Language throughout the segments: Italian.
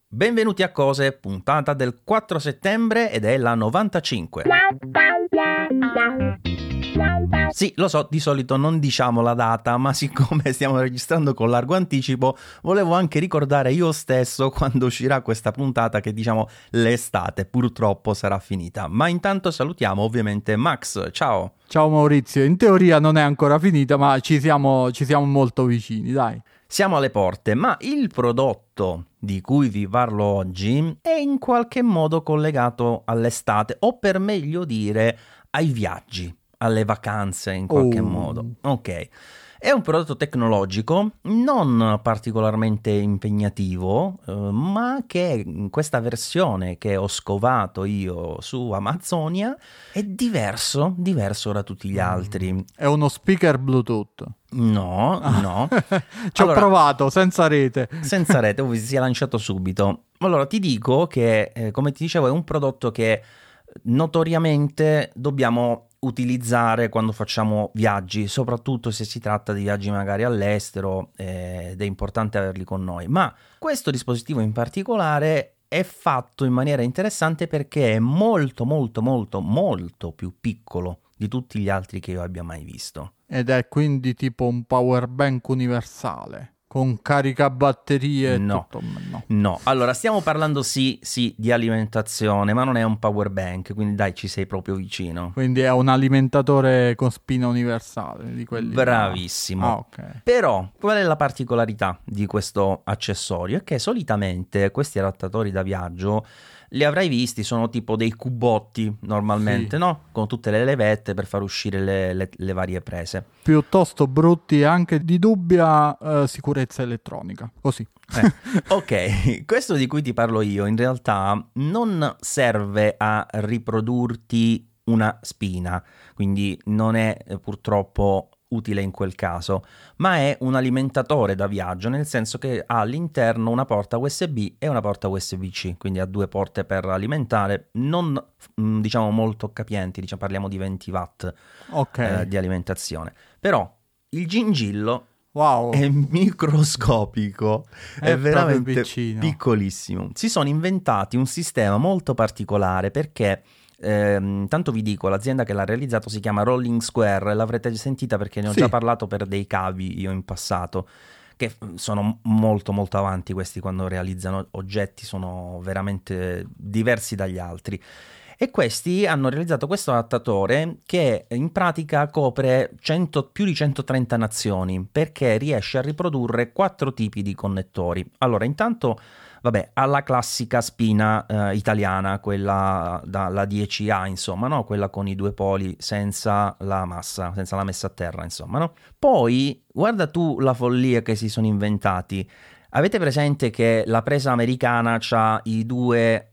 Benvenuti a Cose, puntata del 4 settembre ed è la 95. Sì, lo so, di solito non diciamo la data, ma siccome stiamo registrando con largo anticipo, volevo anche ricordare io stesso quando uscirà questa puntata che l'estate purtroppo sarà finita. Ma intanto salutiamo ovviamente Max, ciao! Ciao Maurizio, in teoria non è ancora finita, ma ci siamo molto vicini, dai. Siamo alle porte, ma il prodotto di cui vi parlo oggi è in qualche modo collegato all'estate, o per meglio dire ai viaggi, alle vacanze in qualche modo. Ok. È un prodotto tecnologico non particolarmente impegnativo, ma che in questa versione che ho scovato io su Amazonia è diverso da tutti gli altri. È uno speaker Bluetooth. No. Ci ho provato, senza rete. Senza rete, si è lanciato subito. Allora, ti dico che, come ti dicevo, è un prodotto che notoriamente dobbiamo utilizzare quando facciamo viaggi, soprattutto se si tratta di viaggi magari all'estero, ed è importante averli con noi. Ma questo dispositivo in particolare è fatto in maniera interessante perché è molto più piccolo di tutti gli altri che io abbia mai visto. Ed è quindi tipo un power bank universale, con caricabatterie e tutto. No, allora stiamo parlando sì di alimentazione, ma non è un power bank, quindi dai, ci sei proprio vicino. Quindi è un alimentatore con spina universale di quelli. Bravissimo. Ok. Però qual è la particolarità di questo accessorio? È che solitamente questi adattatori da viaggio li avrai visti, sono tipo dei cubotti normalmente, Sì. no? Con tutte le levette per far uscire le varie prese. Piuttosto brutti e anche di dubbia sicurezza elettronica, così. Ok, questo di cui ti parlo io in realtà non serve a riprodurti una spina, quindi non è purtroppo utile in quel caso, ma è un alimentatore da viaggio, nel senso che ha all'interno una porta USB e una porta USB-C, quindi ha due porte per alimentare, non diciamo molto capienti, parliamo di 20 watt di alimentazione. Però il gingillo è microscopico, è veramente piccolissimo. Si sono inventati un sistema molto particolare perché tanto vi dico, l'azienda che l'ha realizzato si chiama Rolling Square, l'avrete sentita perché ne ho già parlato per dei cavi io in passato, che sono molto avanti questi quando realizzano oggetti, sono veramente diversi dagli altri. E questi hanno realizzato questo adattatore che in pratica copre più di 130 nazioni, perché riesce a riprodurre 4 tipi di connettori. Allora, intanto, ha la classica spina italiana, quella la 10A, insomma, no? Quella con i due poli senza la massa, senza la messa a terra, insomma, no? Poi, guarda tu la follia che si sono inventati. Avete presente che la presa americana ha i due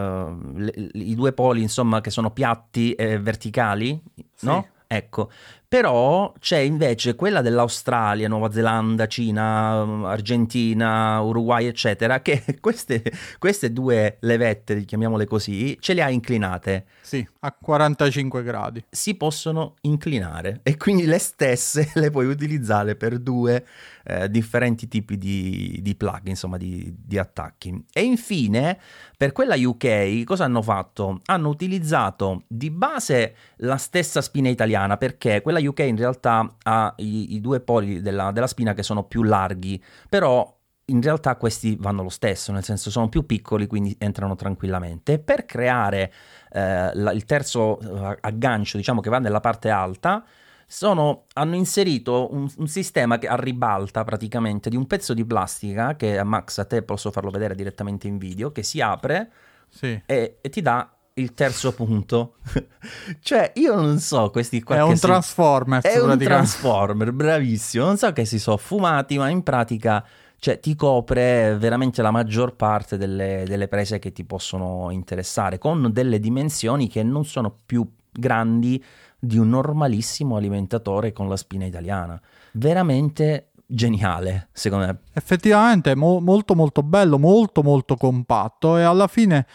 poli, insomma, che sono piatti e verticali, no? Sì. Ecco, però c'è invece quella dell'Australia, Nuova Zelanda, Cina, Argentina, Uruguay, eccetera, che queste due levette, chiamiamole così, ce le ha inclinate. Sì, a 45 gradi. Si possono inclinare e quindi le stesse le puoi utilizzare per due differenti tipi di plug, insomma, di attacchi. E infine, per quella UK, cosa hanno fatto? Hanno utilizzato di base la stessa spina italiana, perché quella UK in realtà ha i due poli della spina che sono più larghi, però in realtà questi vanno lo stesso, nel senso sono più piccoli, quindi entrano tranquillamente. Per creare il terzo aggancio, diciamo, che va nella parte alta, hanno inserito un sistema che a ribalta praticamente di un pezzo di plastica, che Max, a te posso farlo vedere direttamente in video, che si apre e ti dà il terzo punto. Cioè, io non so, questi qua è un Transformer, è un Transformer, bravissimo. Non so che si sono fumati, ma in pratica, cioè, ti copre veramente la maggior parte delle prese che ti possono interessare, con delle dimensioni che non sono più grandi di un normalissimo alimentatore con la spina italiana. Veramente geniale, secondo me. Effettivamente molto bello, molto compatto, e alla fine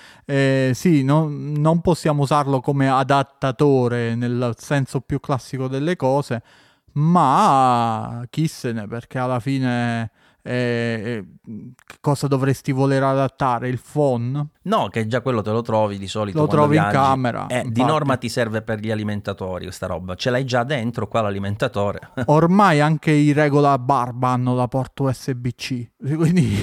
non possiamo usarlo come adattatore nel senso più classico delle cose, ma chi se ne, perché alla fine cosa dovresti voler adattare? Il phon? No, che già quello te lo trovi di solito Lo quando trovi in viaggi. camera, Di infatti. norma ti serve per gli alimentatori questa roba, ce l'hai già dentro qua l'alimentatore. Ormai anche i regola barba hanno la porta USB-C, quindi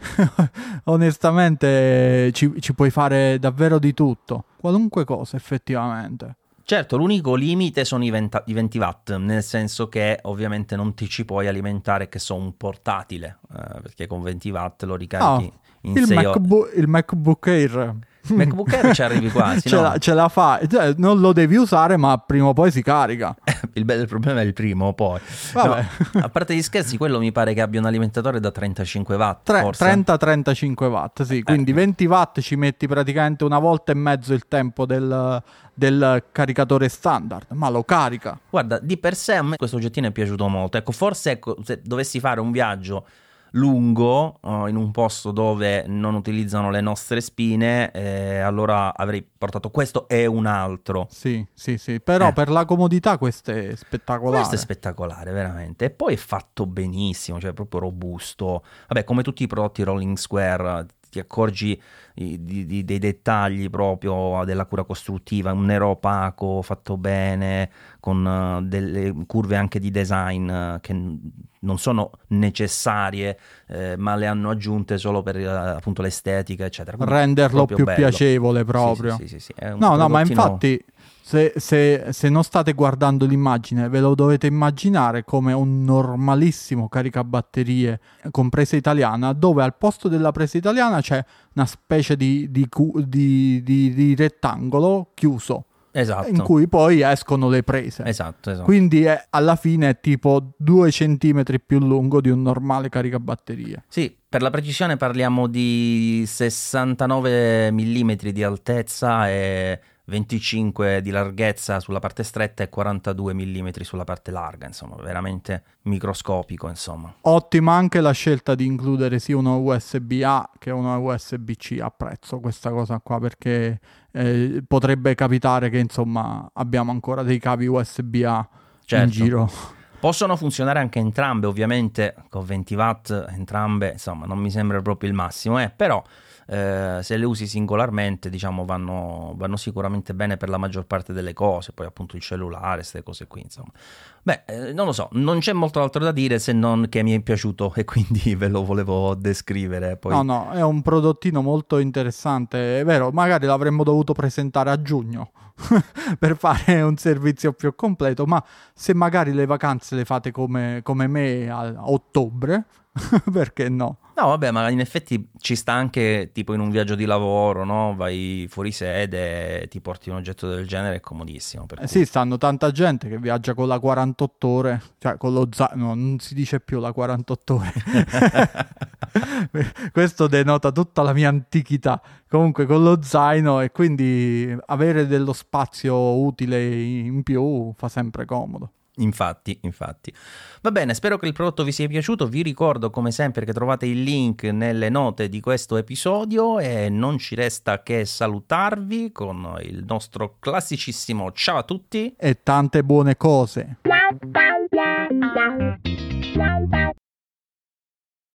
onestamente ci puoi fare davvero di tutto, qualunque cosa effettivamente. Certo, l'unico limite sono i 20 watt, nel senso che ovviamente non ti ci puoi alimentare che so un portatile, perché con 20 watt lo ricarichi in 6 ore. Il MacBook Air. MacBook Air ci arrivi quasi, no? Ce la fa, cioè, non lo devi usare ma prima o poi si carica. Il problema è il primo, poi. Vabbè. No, a parte gli scherzi, quello mi pare che abbia un alimentatore da 35 watt, forse. 30-35 watt, sì, quindi 20 watt ci metti praticamente una volta e mezzo il tempo del caricatore standard, ma lo carica. Guarda, di per sé a me questo oggettino è piaciuto molto. Ecco, forse se dovessi fare un viaggio lungo in un posto dove non utilizzano le nostre spine, allora avrei portato questo e un altro. Sì, però per la comodità questo è spettacolare. Questo è spettacolare, veramente. E poi è fatto benissimo, cioè proprio robusto. Vabbè, come tutti i prodotti Rolling Square, ti accorgi dei dettagli proprio della cura costruttiva, un nero opaco fatto bene, con delle curve anche di design che non sono necessarie, ma le hanno aggiunte solo per appunto l'estetica, eccetera. Quindi renderlo più bello. piacevole proprio. Sì. È un No, ma prodottino... infatti se non state guardando l'immagine, ve lo dovete immaginare come un normalissimo caricabatterie con presa italiana, dove al posto della presa italiana c'è una specie di rettangolo chiuso. Esatto. In cui poi escono le prese. Esatto. Quindi alla fine è tipo 2 centimetri più lungo di un normale caricabatterie. Sì, per la precisione parliamo di 69 mm di altezza e 25 di larghezza sulla parte stretta e 42 mm sulla parte larga, insomma, veramente microscopico, insomma. Ottima anche la scelta di includere sia uno USB-A che uno USB-C. Apprezzo questa cosa qua, perché potrebbe capitare che insomma abbiamo ancora dei cavi USB-A in giro. Possono funzionare anche entrambe, ovviamente con 20 watt entrambe, insomma non mi sembra proprio il massimo, però se le usi singolarmente, diciamo, vanno sicuramente bene per la maggior parte delle cose, poi appunto il cellulare, queste cose qui, insomma. Non lo so, non c'è molto altro da dire se non che mi è piaciuto e quindi ve lo volevo descrivere. Poi... No, è un prodottino molto interessante, è vero, magari l'avremmo dovuto presentare a giugno per fare un servizio più completo, ma se magari le vacanze le fate come me a ottobre, perché no? No, vabbè, ma in effetti ci sta anche tipo in un viaggio di lavoro, no? Vai fuori sede e ti porti un oggetto del genere, è comodissimo. Sì, stanno tanta gente che viaggia con la 48 ore, cioè con lo zaino, non si dice più la 48 ore. Questo denota tutta la mia antichità. Comunque con lo zaino, e quindi avere dello spazio utile in più fa sempre comodo. Infatti. Va bene, spero che il prodotto vi sia piaciuto. Vi ricordo come sempre che trovate il link nelle note di questo episodio e non ci resta che salutarvi con il nostro classicissimo ciao a tutti e tante buone cose.